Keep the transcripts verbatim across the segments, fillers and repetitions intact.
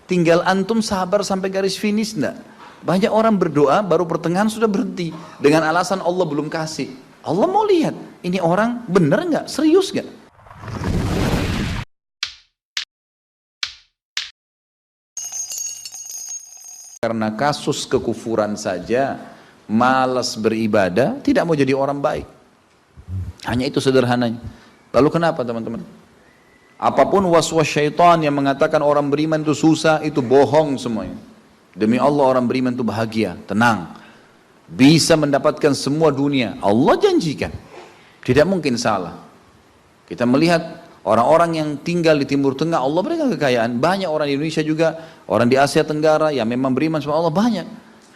tinggal antum sabar sampai garis finish enggak? Banyak orang berdoa baru pertengahan sudah berhenti dengan alasan Allah belum kasih. Allah mau lihat ini orang benar nggak, serius nggak? Karena kasus kekufuran saja, malas beribadah, tidak mau jadi orang baik. Hanya itu sederhananya. Lalu kenapa teman-teman? Apapun waswas syaitan yang mengatakan orang beriman itu susah, itu bohong semuanya. Demi Allah orang beriman itu bahagia, tenang. Bisa mendapatkan semua dunia. Allah janjikan. Tidak mungkin salah. Kita melihat orang-orang yang tinggal di Timur Tengah, Allah berikan kekayaan. Banyak orang di Indonesia juga, orang di Asia Tenggara yang memang beriman sama Allah banyak.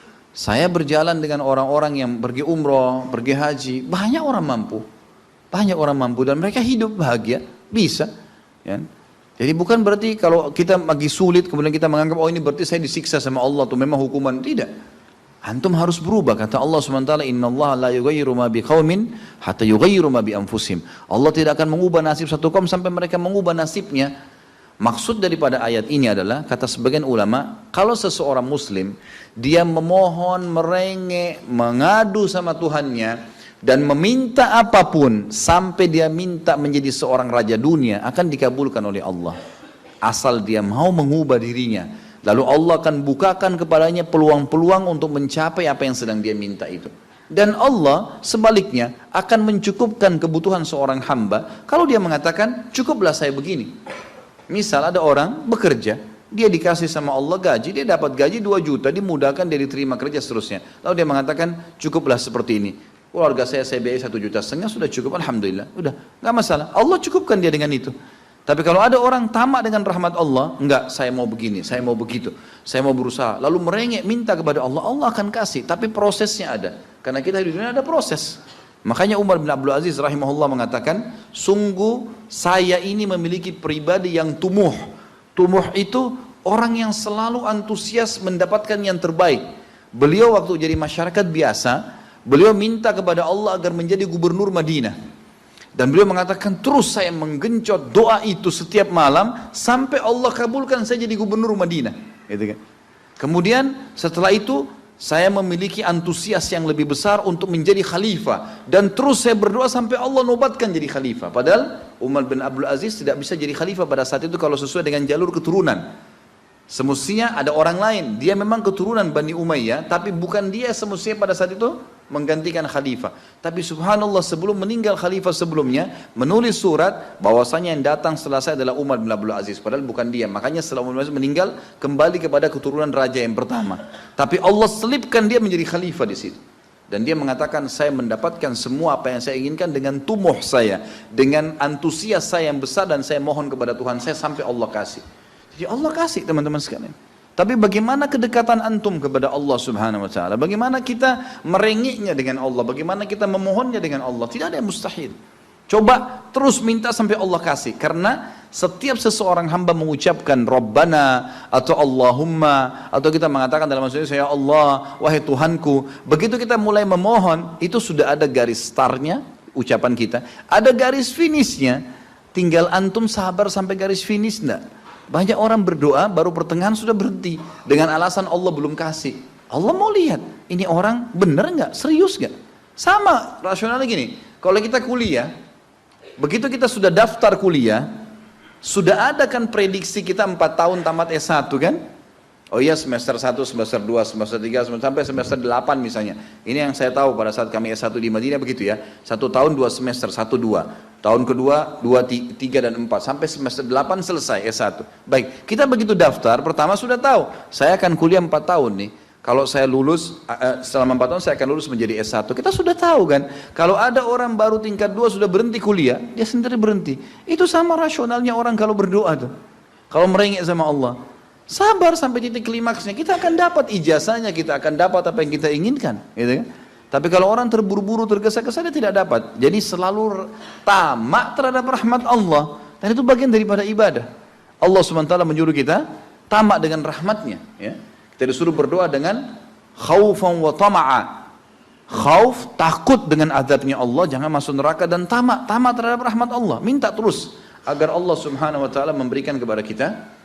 Saya berjalan dengan orang-orang yang pergi umroh, pergi haji, banyak orang mampu. Banyak orang mampu dan mereka hidup bahagia, bisa. Ya. Jadi bukan berarti kalau kita lagi sulit kemudian kita menganggap oh ini berarti saya disiksa sama Allah atau memang hukuman. Tidak. Antum harus berubah. Kata Allah subhanahu wa taala, innallaha la yughayyiru ma biqaumin hatta yughayyiru ma bi anfusihim. Allah tidak akan mengubah nasib satu kaum sampai mereka mengubah nasibnya. Maksud daripada ayat ini adalah, kata sebagian ulama, kalau seseorang muslim dia memohon, merengek, mengadu sama Tuhannya dan meminta apapun sampai dia minta menjadi seorang raja dunia, akan dikabulkan oleh Allah asal dia mau mengubah dirinya. Lalu Allah akan bukakan kepadanya peluang-peluang untuk mencapai apa yang sedang dia minta itu. Dan Allah sebaliknya akan mencukupkan kebutuhan seorang hamba kalau dia mengatakan cukuplah saya begini. Misal ada orang bekerja, dia dikasih sama Allah gaji, dia dapat gaji dua juta, dimudahkan dia diterima kerja seterusnya. Lalu dia mengatakan cukuplah seperti ini. Keluarga saya saya biayai satu juta setengah sudah cukup, alhamdulillah, udah nggak masalah. Allah cukupkan dia dengan itu. Tapi kalau ada orang tamak dengan rahmat Allah, enggak, saya mau begini, saya mau begitu, saya mau berusaha, lalu merengek minta kepada Allah, Allah akan kasih. Tapi prosesnya ada, karena kita di dunia ada proses. Makanya Umar bin Abdul Aziz rahimahullah mengatakan, sungguh saya ini memiliki pribadi yang tumuh. Tumuh itu orang yang selalu antusias mendapatkan yang terbaik. Beliau waktu jadi masyarakat biasa, beliau minta kepada Allah agar menjadi gubernur Madinah. Dan beliau mengatakan terus saya menggencot doa itu setiap malam sampai Allah kabulkan saya jadi gubernur Madinah. Gitu kan? Kemudian setelah itu saya memiliki antusias yang lebih besar untuk menjadi khalifah. Dan terus saya berdoa sampai Allah nobatkan jadi khalifah. Padahal Umar bin Abdul Aziz tidak bisa jadi khalifah pada saat itu kalau sesuai dengan jalur keturunan. Semestinya ada orang lain, dia memang keturunan Bani Umayyah, tapi bukan dia semestinya pada saat itu menggantikan khalifah. Tapi subhanallah sebelum meninggal khalifah sebelumnya, menulis surat bahwasanya yang datang setelah saya adalah Umar bin Abdul Aziz, padahal bukan dia. Makanya setelah Umar bin Abdul Aziz meninggal, kembali kepada keturunan raja yang pertama. Tapi Allah selipkan dia menjadi khalifah di situ. Dan dia mengatakan saya mendapatkan semua apa yang saya inginkan dengan tumuh saya, dengan antusias saya yang besar, dan saya mohon kepada Tuhan saya sampai Allah kasih. Jadi Allah kasih teman-teman sekalian. Tapi bagaimana kedekatan antum kepada Allah subhanahu wa ta'ala? Bagaimana kita merengeknya dengan Allah? Bagaimana kita memohonnya dengan Allah? Tidak ada yang mustahil. Coba terus minta sampai Allah kasih. Karena setiap seseorang hamba mengucapkan Rabbana atau Allahumma, atau kita mengatakan dalam maksudnya ya Allah, wahai Tuhanku. Begitu kita mulai memohon, itu sudah ada garis startnya ucapan kita. Ada garis finishnya. Tinggal antum sabar sampai garis finish enggak? Banyak orang berdoa baru pertengahan sudah berhenti dengan alasan Allah belum kasih. Allah mau lihat ini orang benar nggak, serius nggak. Sama rasionalnya gini, kalau kita kuliah, begitu kita sudah daftar kuliah, sudah ada kan prediksi kita empat tahun tamat S satu kan? Oh iya semester satu, semester dua, semester tiga, sampai semester delapan misalnya. Ini yang saya tahu pada saat kami S satu di Madinah begitu ya. Satu tahun dua semester, satu dua. Tahun kedua, dua, tiga dan empat. Sampai semester delapan selesai S satu. Baik, kita begitu daftar, pertama sudah tahu. Saya akan kuliah empat tahun nih. Kalau saya lulus, selama empat tahun saya akan lulus menjadi S satu. Kita sudah tahu kan. Kalau ada orang baru tingkat dua sudah berhenti kuliah, dia sendiri berhenti. Itu sama rasionalnya orang kalau berdoa tuh. Kalau merengek sama Allah. Sabar sampai titik klimaksnya, kita akan dapat ijazahnya, kita akan dapat apa yang kita inginkan, gitu kan? Tapi kalau orang terburu-buru, tergesa-gesa, dia tidak dapat. Jadi selalu tamak terhadap rahmat Allah, dan itu bagian daripada ibadah. Allah subhanahu wa taala menyuruh kita tamak dengan rahmatnya, ya. Kita disuruh berdoa dengan khaufan wa tama'a. Khauf, takut dengan azabnya Allah, jangan masuk neraka, dan tamak, tamak terhadap rahmat Allah. Minta terus agar Allah subhanahu wa taala memberikan kepada kita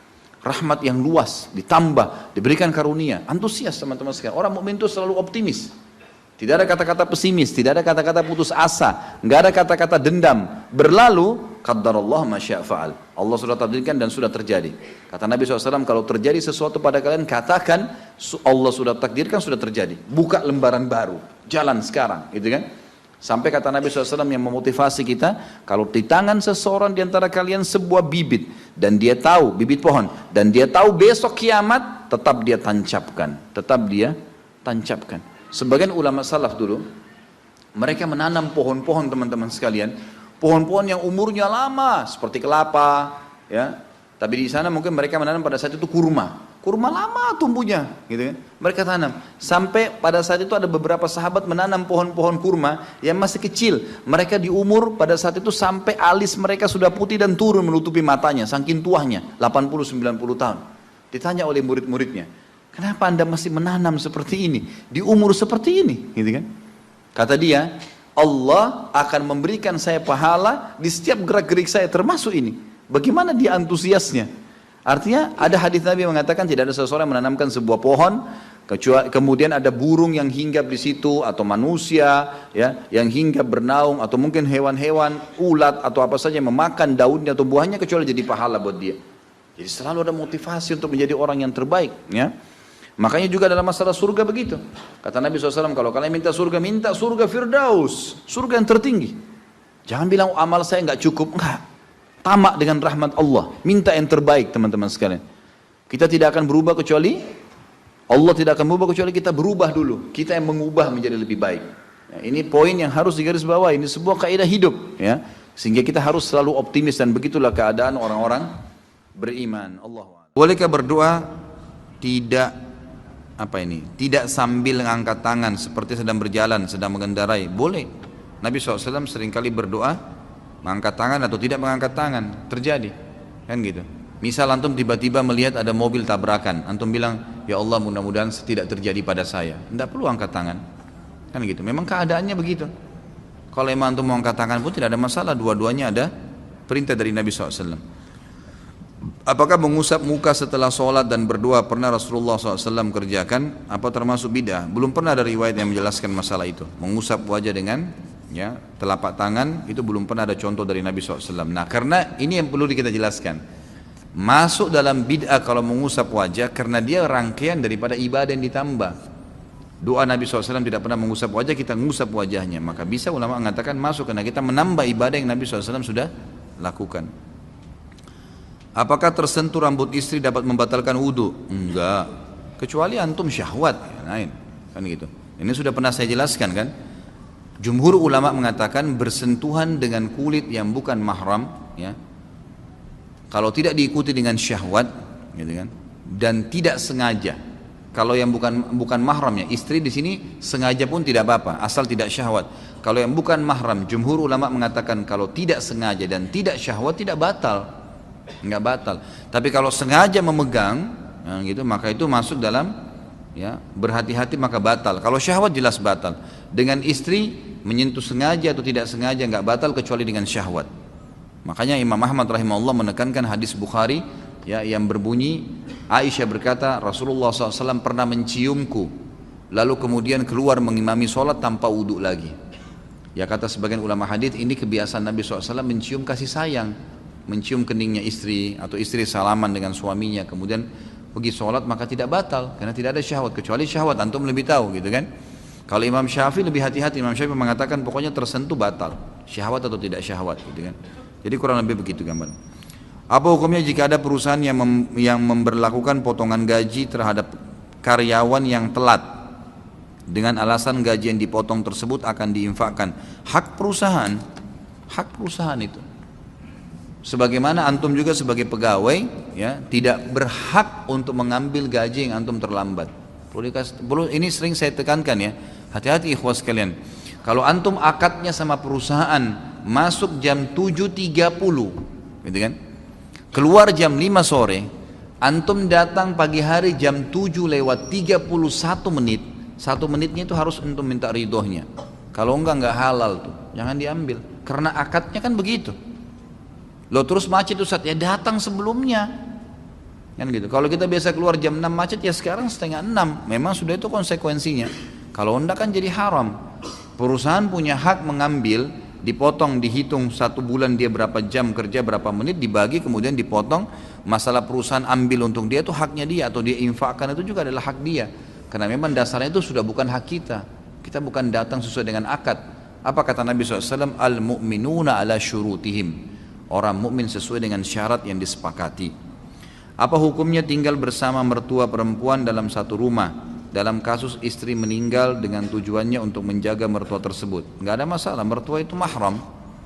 rahmat yang luas, ditambah, diberikan karunia, antusias teman-teman sekalian. Orang mukmin itu selalu optimis. Tidak ada kata-kata pesimis, tidak ada kata-kata putus asa, nggak ada kata-kata dendam. Berlalu, qaddarallah ma syaa fa'al. Allah sudah takdirkan dan sudah terjadi. Kata Nabi shallallahu alaihi wasallam, kalau terjadi sesuatu pada kalian, katakan Allah sudah takdirkan, sudah terjadi. Buka lembaran baru, jalan sekarang, gitu kan? Sampai kata Nabi shallallahu alaihi wasallam yang memotivasi kita, kalau di tangan seseorang di antara kalian sebuah bibit, dan dia tahu, bibit pohon, dan dia tahu besok kiamat, tetap dia tancapkan, tetap dia tancapkan. Sebagian ulama salaf dulu, mereka menanam pohon-pohon teman-teman sekalian, pohon-pohon yang umurnya lama, seperti kelapa, ya. Tapi di sana mungkin mereka menanam pada saat itu kurma, kurma lama tumbuhnya, gitu kan. Mereka tanam, sampai pada saat itu ada beberapa sahabat menanam pohon-pohon kurma yang masih kecil. Mereka di umur pada saat itu sampai alis mereka sudah putih dan turun menutupi matanya, saking tuanya, delapan puluh sembilan puluh tahun. Ditanya oleh murid-muridnya, kenapa anda masih menanam seperti ini, di umur seperti ini, gitu kan? Kata dia, Allah akan memberikan saya pahala di setiap gerak-gerik saya, termasuk ini. Bagaimana dia antusiasnya? Artinya ada hadis Nabi yang mengatakan tidak ada seseorang yang menanamkan sebuah pohon, kecuali kemudian ada burung yang hinggap di situ, atau manusia ya yang hinggap bernaung, atau mungkin hewan-hewan, ulat atau apa saja yang memakan daunnya atau buahnya, kecuali jadi pahala buat dia. Jadi selalu ada motivasi untuk menjadi orang yang terbaik, ya. Makanya juga dalam masalah surga begitu. Kata Nabi shallallahu alaihi wasallam, kalau kalian minta surga, minta surga Firdaus, surga yang tertinggi. Jangan bilang amal saya nggak cukup, enggak. Tamak dengan rahmat Allah, minta yang terbaik teman-teman sekalian. Kita tidak akan berubah kecuali, Allah tidak akan berubah kecuali kita berubah dulu. Kita yang mengubah menjadi lebih baik. Ya, ini poin yang harus digarisbawahi, ini sebuah kaidah hidup, ya. Sehingga kita harus selalu optimis, dan begitulah keadaan orang-orang beriman. Allah. Bolehkah berdoa tidak apa ini, tidak sambil mengangkat tangan seperti sedang berjalan, sedang mengendarai? Boleh. Nabi shallallahu alaihi wasallam seringkali berdoa mengangkat tangan atau tidak mengangkat tangan, terjadi kan gitu. Misal antum tiba-tiba melihat ada mobil tabrakan, antum bilang, ya Allah mudah-mudahan tidak terjadi pada saya, tidak perlu angkat tangan, kan gitu. Memang keadaannya begitu. Kalau emang antum mau angkat tangan pun tidak ada masalah, dua-duanya ada perintah dari Nabi shallallahu alaihi wasallam. Apakah mengusap muka setelah sholat dan berdoa pernah Rasulullah shallallahu alaihi wasallam kerjakan? Apa termasuk bid'ah? Belum pernah ada riwayat yang menjelaskan masalah itu. Mengusap wajah dengan ya telapak tangan, itu belum pernah ada contoh dari Nabi shallallahu alaihi wasallam. Nah, karena ini yang perlu kita jelaskan. Masuk dalam bid'ah kalau mengusap wajah, karena dia rangkaian daripada ibadah yang ditambah. Doa Nabi shallallahu alaihi wasallam tidak pernah mengusap wajah, kita mengusap wajahnya. Maka bisa ulama mengatakan masuk, karena kita menambah ibadah yang Nabi shallallahu alaihi wasallam sudah lakukan. Apakah tersentuh rambut istri dapat membatalkan wudhu? Enggak, kecuali antum syahwat, ya, lain kan gitu. Ini sudah pernah saya jelaskan kan. Jumhur ulama mengatakan bersentuhan dengan kulit yang bukan mahram, ya, kalau tidak diikuti dengan syahwat, gitu kan, dan tidak sengaja. Kalau yang bukan bukan mahram, ya istri di sini sengaja pun tidak apa-apa, asal tidak syahwat. Kalau yang bukan mahram, jumhur ulama mengatakan kalau tidak sengaja dan tidak syahwat tidak batal. Enggak batal. Tapi kalau sengaja memegang, ya, gitu, maka itu masuk dalam ya berhati-hati, maka batal. Kalau syahwat jelas batal. Dengan istri menyentuh sengaja atau tidak sengaja enggak batal kecuali dengan syahwat. Makanya Imam Ahmad rahimahullah menekankan hadis Bukhari ya yang berbunyi, Aisyah berkata Rasulullah shallallahu alaihi wasallam pernah menciumku, lalu kemudian keluar mengimami sholat tanpa wudhu lagi. Ya kata sebagian ulama hadis, ini kebiasaan Nabi shallallahu alaihi wasallam mencium kasih sayang, mencium keningnya istri, atau istri salaman dengan suaminya kemudian pergi sholat, maka tidak batal karena tidak ada syahwat, kecuali syahwat antum lebih tahu, gitu kan. Kalau Imam Syafi'i lebih hati-hati, Imam Syafi'i mengatakan pokoknya tersentuh batal, syahwat atau tidak syahwat, gitu kan. Jadi kurang lebih begitu gambar. Apa hukumnya jika ada perusahaan yang mem, yang memberlakukan potongan gaji terhadap karyawan yang telat dengan alasan gaji yang dipotong tersebut akan diinfakkan? Hak perusahaan, hak perusahaan itu. Sebagaimana antum juga sebagai pegawai ya tidak berhak untuk mengambil gaji yang antum terlambat. Perlu dikasih, perlu, ini sering saya tekankan ya, hati-hati ikhwas sekalian. Kalau antum akadnya sama perusahaan masuk jam tujuh tiga puluh, gitu kan, keluar jam lima sore, antum datang pagi hari jam tujuh lewat tiga puluh satu menit, satu menitnya itu harus antum minta ridhonya. Kalau enggak enggak halal tuh, jangan diambil, karena akadnya kan begitu. Lo terus macet Ustaz, ya datang sebelumnya. Kan gitu. Kalau kita biasa keluar jam enam macet, ya sekarang setengah enam. Memang sudah itu konsekuensinya. Kalau enggak kan jadi haram. Perusahaan punya hak mengambil, dipotong, dihitung satu bulan dia berapa jam kerja, berapa menit, dibagi kemudian dipotong. Masalah perusahaan ambil untuk dia itu haknya dia, atau dia infakkan itu juga adalah hak dia. Karena memang dasarnya itu sudah bukan hak kita. Kita bukan datang sesuai dengan akad. Apa kata Nabi shallallahu alaihi wasallam? Al-mu'minuna ala syurutihim. Orang mukmin sesuai dengan syarat yang disepakati. Apa hukumnya tinggal bersama mertua perempuan dalam satu rumah dalam kasus istri meninggal dengan tujuannya untuk menjaga mertua tersebut? Nggak ada masalah, mertua itu mahram,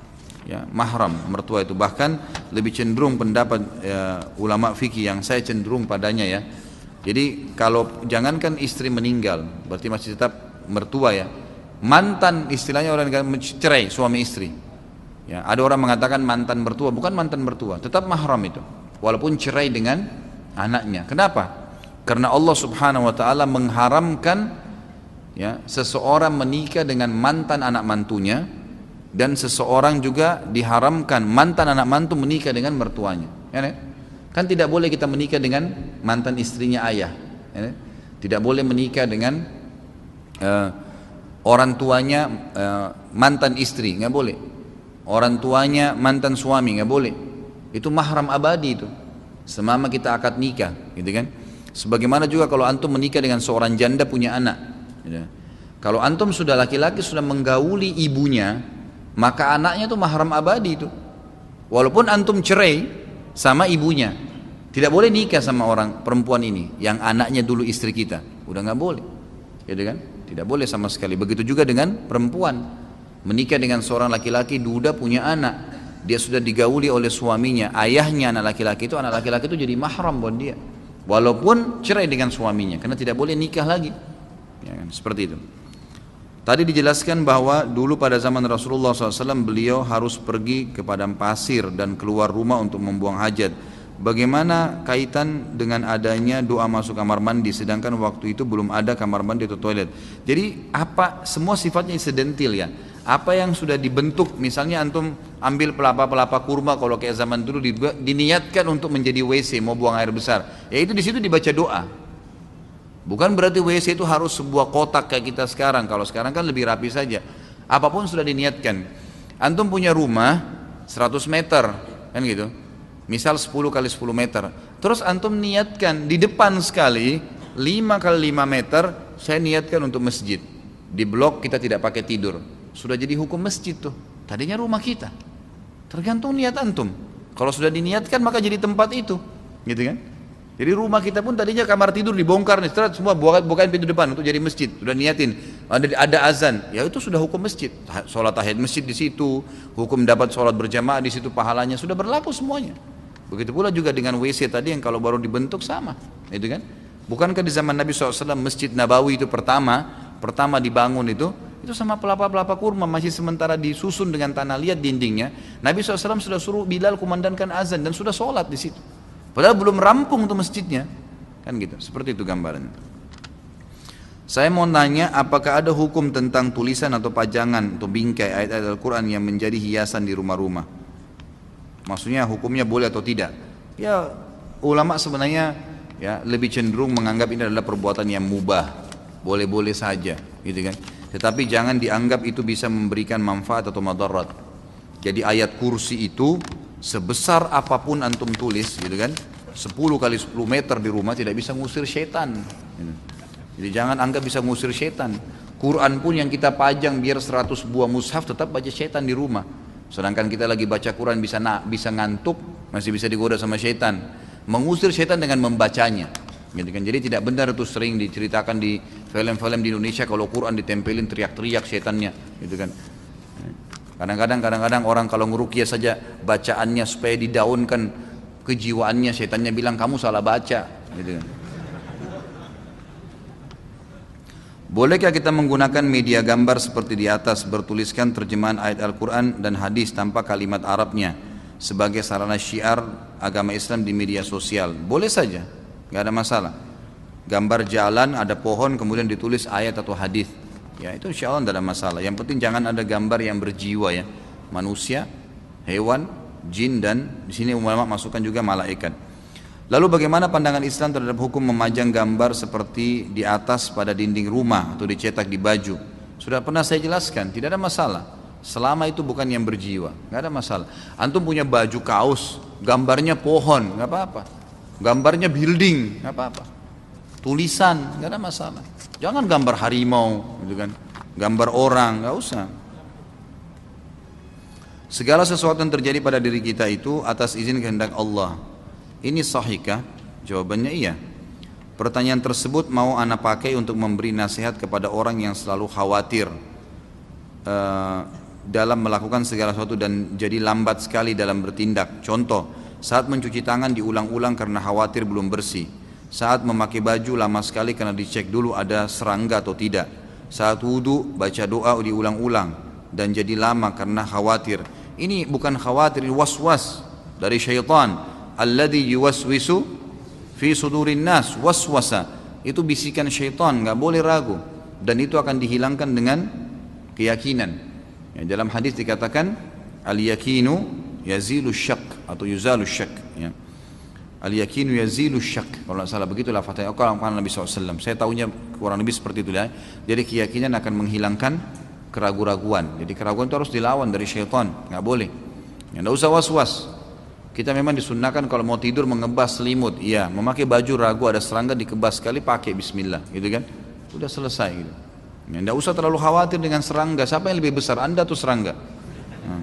ya, mahram mertua itu. Bahkan lebih cenderung pendapat ya, ulama fikih yang saya cenderung padanya ya. Jadi kalau jangankan istri meninggal, berarti masih tetap mertua ya. Mantan, istilahnya orang cerai suami istri. Ya, ada orang mengatakan mantan mertua, bukan mantan mertua, tetap mahram itu. Walaupun cerai dengan anaknya. Kenapa? Karena Allah subhanahu wa ta'ala mengharamkan ya, seseorang menikah dengan mantan anak mantunya, dan seseorang juga diharamkan mantan anak mantu menikah dengan mertuanya. Ya, kan tidak boleh kita menikah dengan mantan istrinya ayah. Ya, tidak boleh menikah dengan uh, orang tuanya uh, mantan istri, nggak boleh. Orang tuanya mantan suami, nggak boleh. Itu mahram abadi itu selama kita akad nikah, gitu kan. Sebagaimana juga kalau antum menikah dengan seorang janda punya anak, gitu. Kalau antum sudah laki-laki sudah menggauli ibunya, maka anaknya itu mahram abadi itu. Walaupun antum cerai sama ibunya, tidak boleh nikah sama orang perempuan ini yang anaknya dulu istri kita, udah nggak boleh, gitu kan. Tidak boleh sama sekali. Begitu juga dengan perempuan menikah dengan seorang laki-laki, duda punya anak, dia sudah digauli oleh suaminya, ayahnya anak laki-laki itu, anak laki-laki itu jadi mahram buat dia, walaupun cerai dengan suaminya, karena tidak boleh nikah lagi, ya kan? Seperti itu. Tadi dijelaskan bahwa dulu pada zaman Rasulullah shallallahu alaihi wasallam beliau harus pergi ke padang pasir dan keluar rumah untuk membuang hajat. Bagaimana kaitan dengan adanya doa masuk kamar mandi, sedangkan waktu itu belum ada kamar mandi atau toilet? Jadi apa, semua sifatnya insidental ya. Apa yang sudah dibentuk, misalnya antum ambil pelapa-pelapa kurma kalau kayak zaman dulu diniatkan untuk menjadi W C, mau buang air besar, ya itu di situ dibaca doa. Bukan berarti W C itu harus sebuah kotak kayak kita sekarang. Kalau sekarang kan lebih rapi saja. Apapun sudah diniatkan. Antum punya rumah seratus meter, kan gitu. Misal sepuluh kali sepuluh meter. Terus antum niatkan di depan sekali lima kali lima meter, saya niatkan untuk masjid. Di blok kita tidak pakai tidur. Sudah jadi hukum masjid tuh. Tadinya rumah kita. Tergantung niat antum. Kalau sudah diniatkan maka jadi tempat itu, gitu kan? Jadi rumah kita pun tadinya kamar tidur dibongkar nih, semua bukain pintu depan untuk jadi masjid. Sudah niatin, ada ada azan, ya itu sudah hukum masjid. Sholat tahiyat masjid di situ, hukum dapat sholat berjamaah di situ, pahalanya sudah berlaku semuanya. Begitu pula juga dengan W C tadi yang kalau baru dibentuk sama, itu kan? Bukankah di zaman Nabi shallallahu alaihi wasallam Masjid Nabawi itu pertama, pertama dibangun itu, itu sama pelapa-pelapa kurma masih sementara disusun dengan tanah liat dindingnya. Nabi shallallahu alaihi wasallam sudah suruh Bilal kumandangkan azan dan sudah sholat di situ. Padahal belum rampung tuh masjidnya, kan gitu. Seperti itu gambarannya. Saya mau nanya, apakah ada hukum tentang tulisan atau pajangan atau bingkai ayat-ayat Al-Quran yang menjadi hiasan di rumah-rumah? Maksudnya hukumnya boleh atau tidak? Ya ulama sebenarnya ya lebih cenderung menganggap ini adalah perbuatan yang mubah, boleh-boleh saja, gitu kan. Tetapi jangan dianggap itu bisa memberikan manfaat atau madarat. Jadi ayat kursi itu sebesar apapun antum tulis, gitu kan, sepuluh kali sepuluh meter di rumah tidak bisa ngusir setan, gitu. Jadi jangan anggap bisa ngusir setan. Quran pun yang kita pajang biar seratus buah mushaf tetap baca setan di rumah. Sedangkan kita lagi baca Quran bisa na, bisa ngantuk, masih bisa digoda sama setan. Mengusir setan dengan membacanya, gitu kan. Jadi tidak benar itu sering diceritakan di film-film di Indonesia kalau Quran ditempelin teriak-teriak setannya, gitu kan. Kadang-kadang kadang-kadang orang kalau ngeruqyah saja bacaannya supaya didaunkan kejiwaannya, setannya bilang kamu salah baca, gitu kan. Bolehkah kita menggunakan media gambar seperti di atas bertuliskan terjemahan ayat Al-Quran dan hadis tanpa kalimat Arabnya sebagai sarana syiar agama Islam di media sosial? Boleh saja, nggak ada masalah. Gambar jalan, ada pohon, kemudian ditulis ayat atau hadis. Ya itu insya Allah tidak ada masalah. Yang penting jangan ada gambar yang berjiwa ya, manusia, hewan, jin dan di sini ulama masukkan juga malaikat. Lalu bagaimana pandangan Islam terhadap hukum memajang gambar seperti di atas pada dinding rumah atau dicetak di baju? Sudah pernah saya jelaskan, tidak ada masalah. Selama itu bukan yang berjiwa, nggak ada masalah. Antum punya baju kaos, gambarnya pohon, nggak apa-apa. Gambarnya building, nggak apa-apa. Tulisan, nggak ada masalah. Jangan gambar harimau, gitu kan? Gambar orang, nggak usah. Segala sesuatu yang terjadi pada diri kita itu atas izin kehendak Allah. Ini sahihkah? Jawabannya iya. Pertanyaan tersebut mau ana pakai untuk memberi nasihat kepada orang yang selalu khawatir uh, dalam melakukan segala sesuatu dan jadi lambat sekali dalam bertindak. Contoh, saat mencuci tangan diulang-ulang karena khawatir belum bersih. Saat memakai baju lama sekali karena dicek dulu ada serangga atau tidak. Saat wudu baca doa diulang-ulang dan jadi lama karena khawatir. Ini bukan khawatir, ini was-was dari syaitan. Alladhi yuwaswisu fi sudurin nas, waswasa. Itu bisikan syaitan, nggak boleh ragu. Dan itu akan dihilangkan dengan keyakinan. Ya, dalam hadis dikatakan al-yakinu yazilu syak atau yuzalu syak. Ya. Al-yakinu yazilu syak. Kalau tidak salah begitulah fatihah. Kalau Nabi shallallahu alaihi wasallam. Saya tahunya kurang lebih seperti itu ya. Jadi keyakinan akan menghilangkan keraguan-raguan. Jadi keraguan itu harus dilawan dari syaitan, nggak boleh. Ya, nggak usah was-was. Kita memang disunnahkan kalau mau tidur mengebas selimut, iya. Memakai baju ragu ada serangga dikebas sekali pakai Bismillah, gitu kan? Udah selesai gitu. Ya, nggak usah terlalu khawatir dengan serangga. Siapa yang lebih besar, Anda atau serangga? Nah.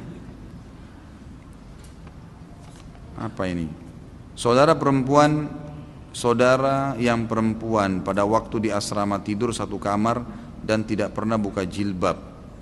Apa ini? Saudara perempuan, saudara yang perempuan pada waktu di asrama tidur satu kamar dan tidak pernah buka jilbab.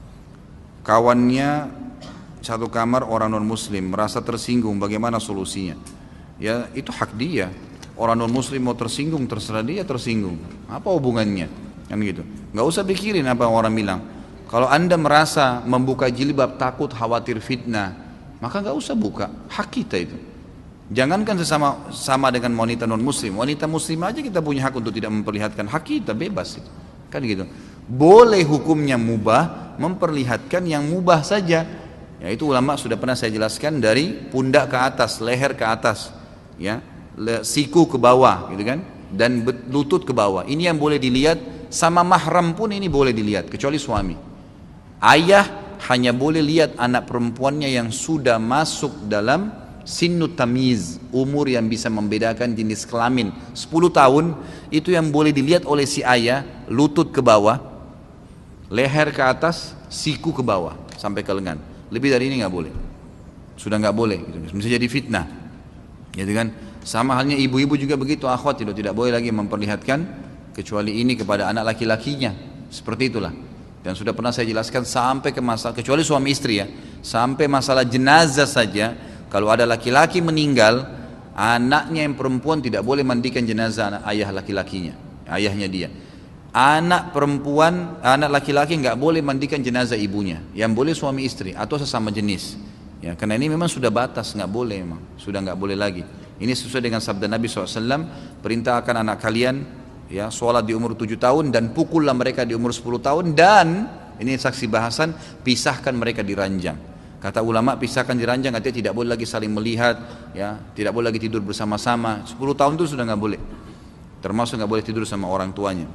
Kawannya satu kamar orang non muslim merasa tersinggung, bagaimana solusinya? Ya itu hak dia. Orang non muslim mau tersinggung terserah dia tersinggung. Apa hubungannya? Kan gitu. Nggak usah pikirin apa orang bilang. Kalau anda merasa membuka jilbab takut khawatir fitnah, maka nggak usah buka. Hak kita itu. Jangankan sesama sama dengan wanita non muslim. Wanita muslim aja kita punya hak untuk tidak memperlihatkan, hak kita bebas itu. Kan gitu. Boleh hukumnya mubah memperlihatkan yang mubah saja. Ya itu ulama sudah pernah saya jelaskan dari pundak ke atas, leher ke atas, ya, siku ke bawah, gitu kan, dan lutut ke bawah. Ini yang boleh dilihat, sama mahram pun ini boleh dilihat, kecuali suami. Ayah hanya boleh lihat anak perempuannya yang sudah masuk dalam sinnut tamiz, umur yang bisa membedakan jenis kelamin, sepuluh tahun, itu yang boleh dilihat oleh si ayah, lutut ke bawah, leher ke atas, siku ke bawah, sampai ke lengan. Lebih dari ini nggak boleh, sudah nggak boleh, gitu. Bisa jadi fitnah, gitu kan? Sama halnya ibu-ibu juga begitu, akhwat tidak tidak boleh lagi memperlihatkan kecuali ini kepada anak laki-lakinya, seperti itulah. Dan sudah pernah saya jelaskan sampai ke masalah kecuali suami istri ya, sampai masalah jenazah saja, kalau ada laki-laki meninggal, anaknya yang perempuan tidak boleh mandikan jenazah anak ayah laki-lakinya, ayahnya dia. Anak perempuan, anak laki-laki nggak boleh mandikan jenazah ibunya. Yang boleh suami istri atau sesama jenis. Ya, karena ini memang sudah batas, nggak boleh memang, sudah nggak boleh lagi. Ini sesuai dengan sabda Nabi shallallahu alaihi wasallam, perintahkan anak kalian, ya, sholat di umur tujuh tahun dan pukullah mereka di umur sepuluh tahun dan ini saksi bahasan, pisahkan mereka di ranjang. Kata ulama pisahkan di ranjang artinya tidak boleh lagi saling melihat, ya, tidak boleh lagi tidur bersama-sama. sepuluh tahun itu sudah nggak boleh. Termasuk nggak boleh tidur sama orang tuanya.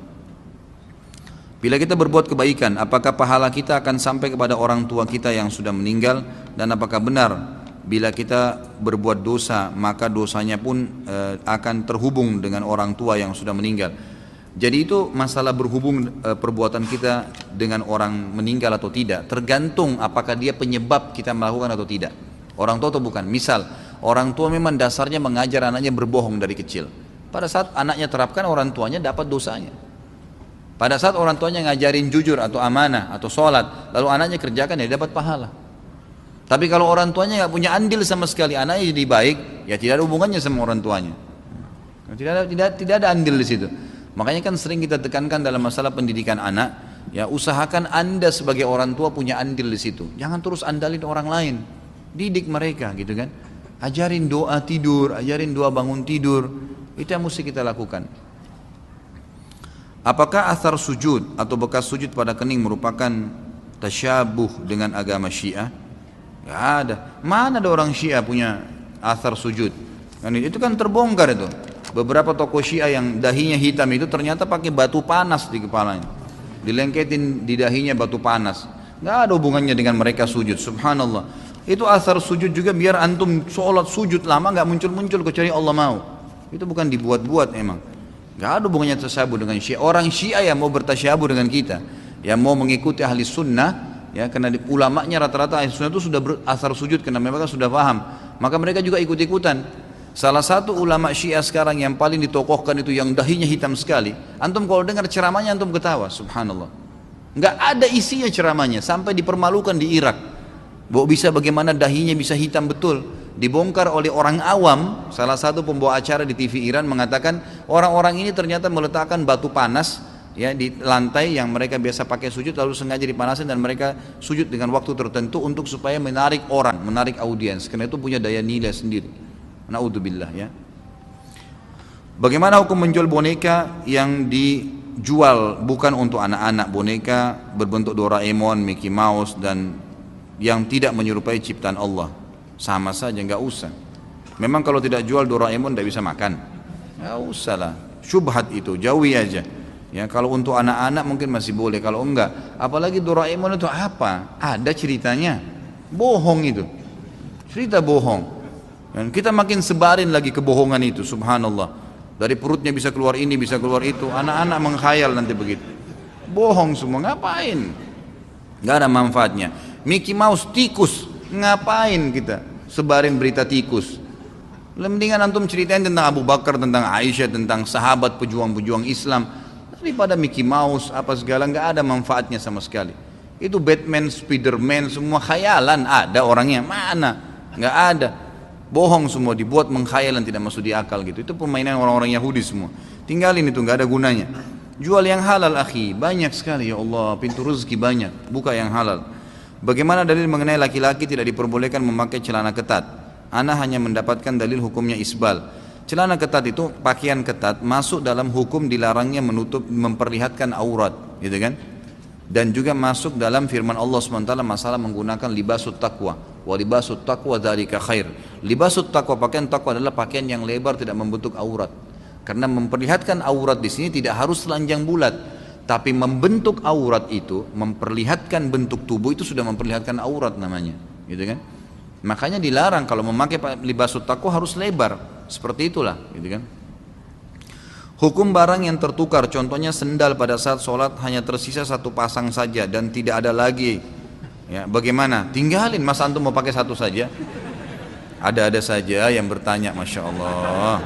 Bila kita berbuat kebaikan, apakah pahala kita akan sampai kepada orang tua kita yang sudah meninggal? Dan apakah benar bila kita berbuat dosa, maka dosanya pun e, akan terhubung dengan orang tua yang sudah meninggal? Jadi itu masalah berhubung e, perbuatan kita dengan orang meninggal atau tidak, tergantung apakah dia penyebab kita melakukan atau tidak. Orang tua atau bukan. Misal, orang tua memang dasarnya mengajar anaknya berbohong dari kecil. Pada saat anaknya terapkan, orang tuanya dapat dosanya. Pada saat orang tuanya ngajarin jujur atau amanah atau sholat, lalu anaknya kerjakan, dia dapat pahala. Tapi kalau orang tuanya nggak punya andil sama sekali, anaknya jadi baik, ya tidak ada hubungannya sama orang tuanya. Tidak ada, tidak, tidak ada andil di situ. Makanya kan sering kita tekankan dalam masalah pendidikan anak, ya usahakan anda sebagai orang tua punya andil di situ. Jangan terus andalin orang lain, didik mereka, gitu kan. Ajarin doa tidur, ajarin doa bangun tidur, itu yang mesti kita lakukan. Apakah athar sujud atau bekas sujud pada kening merupakan tasyabuh dengan agama Syiah? Gak ada. Mana ada orang Syiah punya athar sujud? Kan itu kan terbongkar itu. Beberapa tokoh Syiah yang dahinya hitam itu ternyata pakai batu panas di kepalanya. Dilengketin di dahinya batu panas. Nggak ada hubungannya dengan mereka sujud. Subhanallah. Itu asar sujud juga biar antum sholat sujud lama nggak muncul-muncul kecuali Allah mau. Itu bukan dibuat-buat emang. Nggak ada hubungannya tasyabuh dengan Syiah. Orang Syiah yang mau bertasyabuh dengan kita, yang mau mengikuti ahli sunnah, ya karena di, ulamanya rata-rata ahli sunnah itu sudah asar sujud karena mereka sudah paham. Maka mereka juga ikut-ikutan. Salah satu ulama Syiah sekarang yang paling ditokohkan itu yang dahinya hitam sekali. Antum kalau dengar ceramahnya antum ketawa, subhanallah. Nggak ada isinya ceramahnya, sampai dipermalukan di Irak. Bahwa bisa bagaimana dahinya bisa hitam betul. Dibongkar oleh orang awam, salah satu pembawa acara di T V Iran mengatakan orang-orang ini ternyata meletakkan batu panas ya di lantai yang mereka biasa pakai sujud, lalu sengaja dipanasin dan mereka sujud dengan waktu tertentu untuk supaya menarik orang, menarik audiens. Karena itu punya daya nilai sendiri. Naudzubillah ya. Bagaimana hukum menjual boneka yang dijual bukan untuk anak-anak, boneka berbentuk Doraemon, Mickey Mouse dan yang tidak menyerupai ciptaan Allah? Sama saja, nggak usah. Memang kalau tidak jual Doraemon tidak bisa makan, nggak usah lah. Syubhat itu jauhi aja. Ya kalau untuk anak-anak mungkin masih boleh, kalau enggak, apalagi Doraemon itu apa? Ada ceritanya, bohong itu, cerita bohong. Dan kita makin sebarin lagi kebohongan itu, subhanallah. Dari perutnya bisa keluar ini, bisa keluar itu. Anak-anak menghayal nanti begitu. Bohong semua, ngapain? Gak ada manfaatnya. Mickey Mouse tikus, ngapain kita sebarin berita tikus? Mendingan antum ceritain tentang Abu Bakar, tentang Aisyah, tentang sahabat pejuang-pejuang Islam. Daripada Mickey Mouse, apa segala, gak ada manfaatnya sama sekali. Itu Batman, Spiderman, semua khayalan. Ada orangnya, mana? Gak ada. Bohong semua, dibuat mengkhayalan, tidak masuk di akal gitu. Itu permainan orang-orang Yahudi semua. Tinggalin itu, nggak ada gunanya. Jual yang halal akhi, banyak sekali ya Allah, pintu rezeki banyak. Buka yang halal. Bagaimana dalil mengenai laki-laki tidak diperbolehkan memakai celana ketat? Ana hanya mendapatkan dalil hukumnya isbal. Celana ketat itu pakaian ketat masuk dalam hukum dilarangnya menutup, memperlihatkan aurat, gitu kan? Dan juga masuk dalam firman Allah subhanahu wa taala masalah menggunakan libasut taqwa. Wa libasut taqwa dzalika khair. Libasut taqwa, pakaian taqwa adalah pakaian yang lebar tidak membentuk aurat. Karena memperlihatkan aurat di sini tidak harus telanjang bulat, tapi membentuk aurat itu, memperlihatkan bentuk tubuh itu sudah memperlihatkan aurat namanya, gitu kan? Makanya dilarang kalau memakai libasut taqwa harus lebar, seperti itulah, gitu kan? Hukum barang yang tertukar, contohnya sendal pada saat sholat hanya tersisa satu pasang saja dan tidak ada lagi. Ya, bagaimana? Tinggalin, masa antum mau pakai satu saja? Ada-ada saja yang bertanya, masya Allah.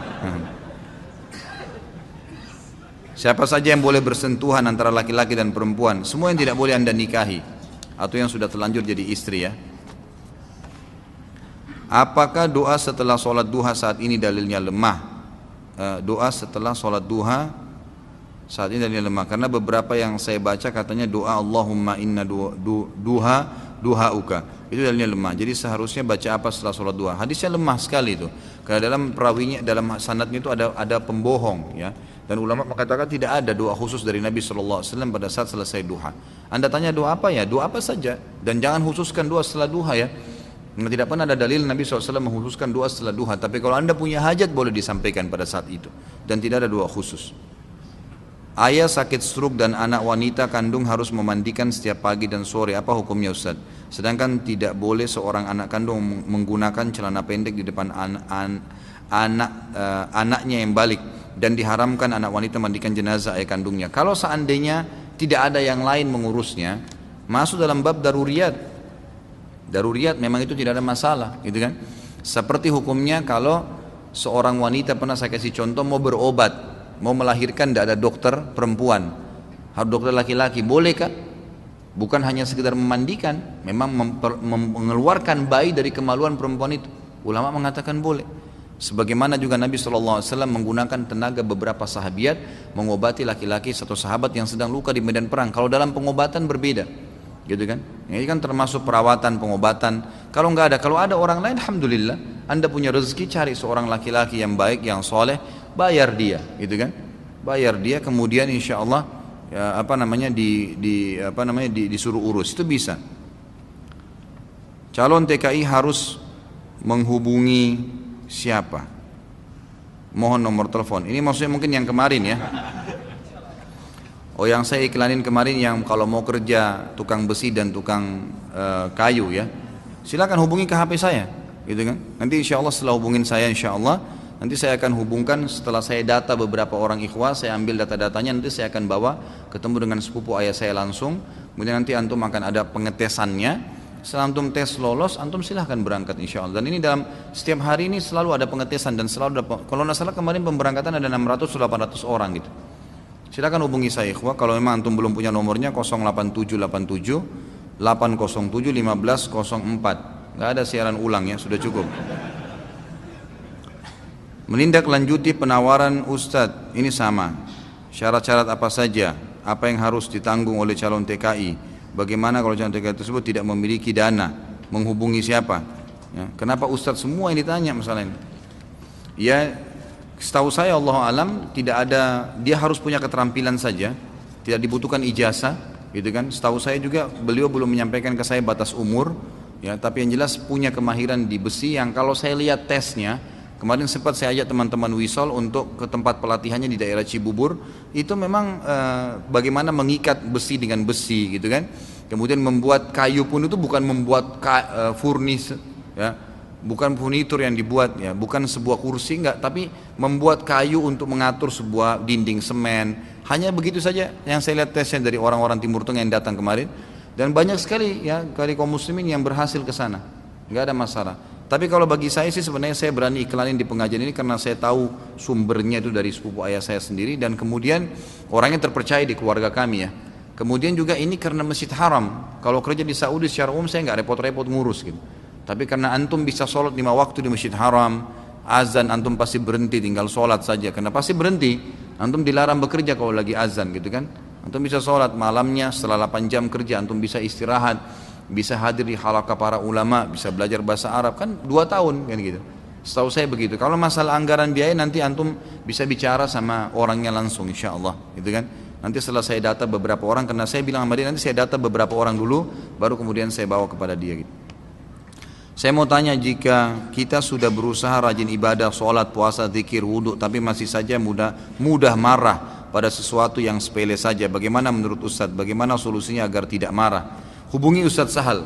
Siapa saja yang boleh bersentuhan antara laki-laki dan perempuan? Semua yang tidak boleh anda nikahi atau yang sudah terlanjur jadi istri ya. Apakah doa setelah sholat duha saat ini dalilnya lemah? Doa setelah sholat duha saat ini dalilnya lemah karena beberapa yang saya baca katanya doa Allahumma inna du, du, duha duhauka itu dalilnya lemah. Jadi seharusnya baca apa setelah sholat duha? Hadisnya lemah sekali itu karena dalam perawinya, dalam sanadnya itu ada ada pembohong ya. Dan ulama mengatakan tidak ada doa khusus dari Nabi shallallahu alaihi wasallam pada saat selesai duha. Anda tanya doa apa ya? Doa apa saja dan jangan khususkan doa setelah duha ya. Tidak pernah ada dalil Nabi shallallahu alaihi wasallam mengkhususkan doa setelah duha. Tapi kalau anda punya hajat boleh disampaikan pada saat itu. Dan tidak ada doa khusus. Ayah sakit stroke dan anak wanita kandung harus memandikan setiap pagi dan sore. Apa hukumnya Ustaz? Sedangkan tidak boleh seorang anak kandung menggunakan celana pendek di depan an an anak uh, anaknya yang balik. Dan diharamkan anak wanita mandikan jenazah ayah kandungnya. Kalau seandainya tidak ada yang lain mengurusnya, masuk dalam bab daruriyat. Daruriyat memang itu tidak ada masalah, gitu kan? Seperti hukumnya kalau seorang wanita, pernah saya kasih contoh, mau berobat, mau melahirkan, tidak ada dokter perempuan, harus dokter laki-laki, bolehkah? Bukan hanya sekedar memandikan, memang memper, mengeluarkan bayi dari kemaluan perempuan itu. Ulama mengatakan boleh. Sebagaimana juga Nabi shallallahu alaihi wasallam menggunakan tenaga beberapa sahabiat mengobati laki-laki satu sahabat yang sedang luka di medan perang. Kalau dalam pengobatan berbeda, gitu kan? Ini kan termasuk perawatan, pengobatan. Kalau nggak ada, kalau ada orang lain, alhamdulillah, anda punya rezeki, cari seorang laki-laki yang baik, yang soleh, bayar dia, gitu kan? Bayar dia, kemudian insya Allah, ya, apa namanya, di, di apa namanya, di, disuruh urus, itu bisa. Calon T K I harus menghubungi siapa? mohon nomor telepon. Ini maksudnya mungkin yang kemarin ya. Oh, yang saya iklanin kemarin yang kalau mau kerja tukang besi dan tukang uh, kayu ya, silakan hubungi ke H P saya, gitu kan? Nanti insya Allah setelah hubungin saya, insya Allah nanti saya akan hubungkan setelah saya data beberapa orang ikhwah, saya ambil data-datanya, nanti saya akan bawa ketemu dengan sepupu ayah saya langsung. Kemudian nanti antum akan ada pengetesannya. Setelah antum tes lolos, antum silahkan berangkat insya Allah. Dan ini dalam setiap hari ini selalu ada pengetesan dan selalu ada, kalau nggak salah kemarin pemberangkatan ada enam ratus sampai delapan ratus orang gitu. Silakan hubungi saya ikhwah kalau memang antum belum punya nomornya nol delapan tujuh delapan tujuh delapan nol tujuh lima belas nol empat. Enggak ada siaran ulang ya, sudah cukup. Menindaklanjuti penawaran Ustadz ini sama. Syarat-syarat apa saja? Apa yang harus ditanggung oleh calon T K I? Bagaimana kalau calon T K I tersebut tidak memiliki dana? Menghubungi siapa? Ya, kenapa Ustadz semua yang ditanya masalah ini? Ya, setahu saya Allah alam tidak ada, dia harus punya keterampilan saja, tidak dibutuhkan ijazah, gitu kan? Setahu saya juga beliau belum menyampaikan ke saya batas umur, ya. Tapi yang jelas punya kemahiran di besi yang kalau saya lihat tesnya, kemarin sempat saya ajak teman-teman Wisol untuk ke tempat pelatihannya di daerah Cibubur, itu memang e, bagaimana mengikat besi dengan besi, gitu kan? Kemudian membuat kayu pun itu bukan membuat ka, e, furnis, ya. Bukan furnitur yang dibuat ya, bukan sebuah kursi enggak, tapi membuat kayu untuk mengatur sebuah dinding semen. Hanya begitu saja yang saya lihat tesnya dari orang-orang Timur Tengah yang datang kemarin, dan banyak sekali ya dari kaum muslimin yang berhasil ke sana. Enggak ada masalah. Tapi kalau bagi saya sih sebenarnya saya berani iklanin di pengajian ini karena saya tahu sumbernya itu dari sepupu ayah saya sendiri, dan kemudian orangnya terpercaya di keluarga kami ya. Kemudian juga ini karena Masjid Haram. Kalau kerja di Saudi secara umum saya enggak repot-repot ngurus gitu. Tapi karena antum bisa sholat lima waktu di Masjid Haram, azan antum pasti berhenti tinggal sholat saja, karena pasti berhenti. Antum dilarang bekerja kalau lagi azan gitu kan. Antum bisa sholat malamnya setelah delapan jam kerja, antum bisa istirahat, bisa hadir di halaqah para ulama, bisa belajar bahasa Arab, kan dua tahun kan gitu. Setahu saya begitu. Kalau masalah anggaran biaya nanti antum bisa bicara sama orangnya langsung insya Allah gitu kan. Nanti setelah saya data beberapa orang, karena saya bilang sama dia nanti saya data beberapa orang dulu, baru kemudian saya bawa kepada dia gitu. Saya mau tanya, jika kita sudah berusaha rajin ibadah, sholat, puasa, zikir, wudhu, tapi masih saja mudah, mudah marah pada sesuatu yang sepele saja, bagaimana menurut Ustadz? Bagaimana solusinya agar tidak marah? Hubungi Ustadz Sahal.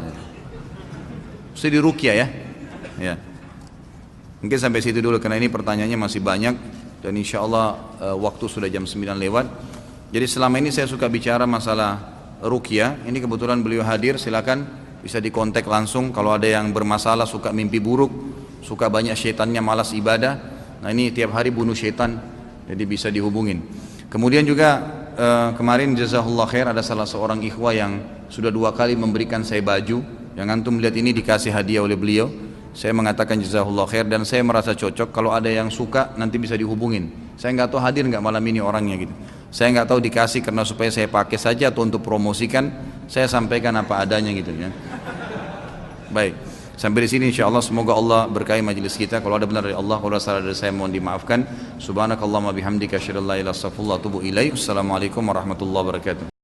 Ustadz di Ruqyah ya. Ya. Mungkin sampai situ dulu karena ini pertanyaannya masih banyak dan insya Allah uh, waktu sudah jam sembilan lewat. Jadi selama ini saya suka bicara masalah Ruqyah. Ini kebetulan beliau hadir, silakan. Bisa dikontak langsung kalau ada yang bermasalah, suka mimpi buruk, suka banyak syaitannya, malas ibadah. Nah ini tiap hari bunuh syaitan, jadi bisa dihubungin. Kemudian juga eh, kemarin jazakallah khair ada salah seorang ikhwah yang sudah dua kali memberikan saya baju. Yang antum lihat ini dikasih hadiah oleh beliau. Saya mengatakan jazakallah khair dan saya merasa cocok. Kalau ada yang suka nanti bisa dihubungin. Saya nggak tahu hadir nggak malam ini orangnya gitu. Saya nggak tahu dikasih karena supaya saya pakai saja atau untuk promosikan. Saya sampaikan apa adanya gitu ya. Baik, sampai di sini insya Allah semoga Allah berkahi majelis kita. Kalau ada benar dari Allah, kalau ada salah dari saya mohon dimaafkan. Subhanakallahumma bihamdika asyhadu an la ilaha illa anta astaghfiruka wa atubu ilaik. Assalamualaikum warahmatullahi wabarakatuh.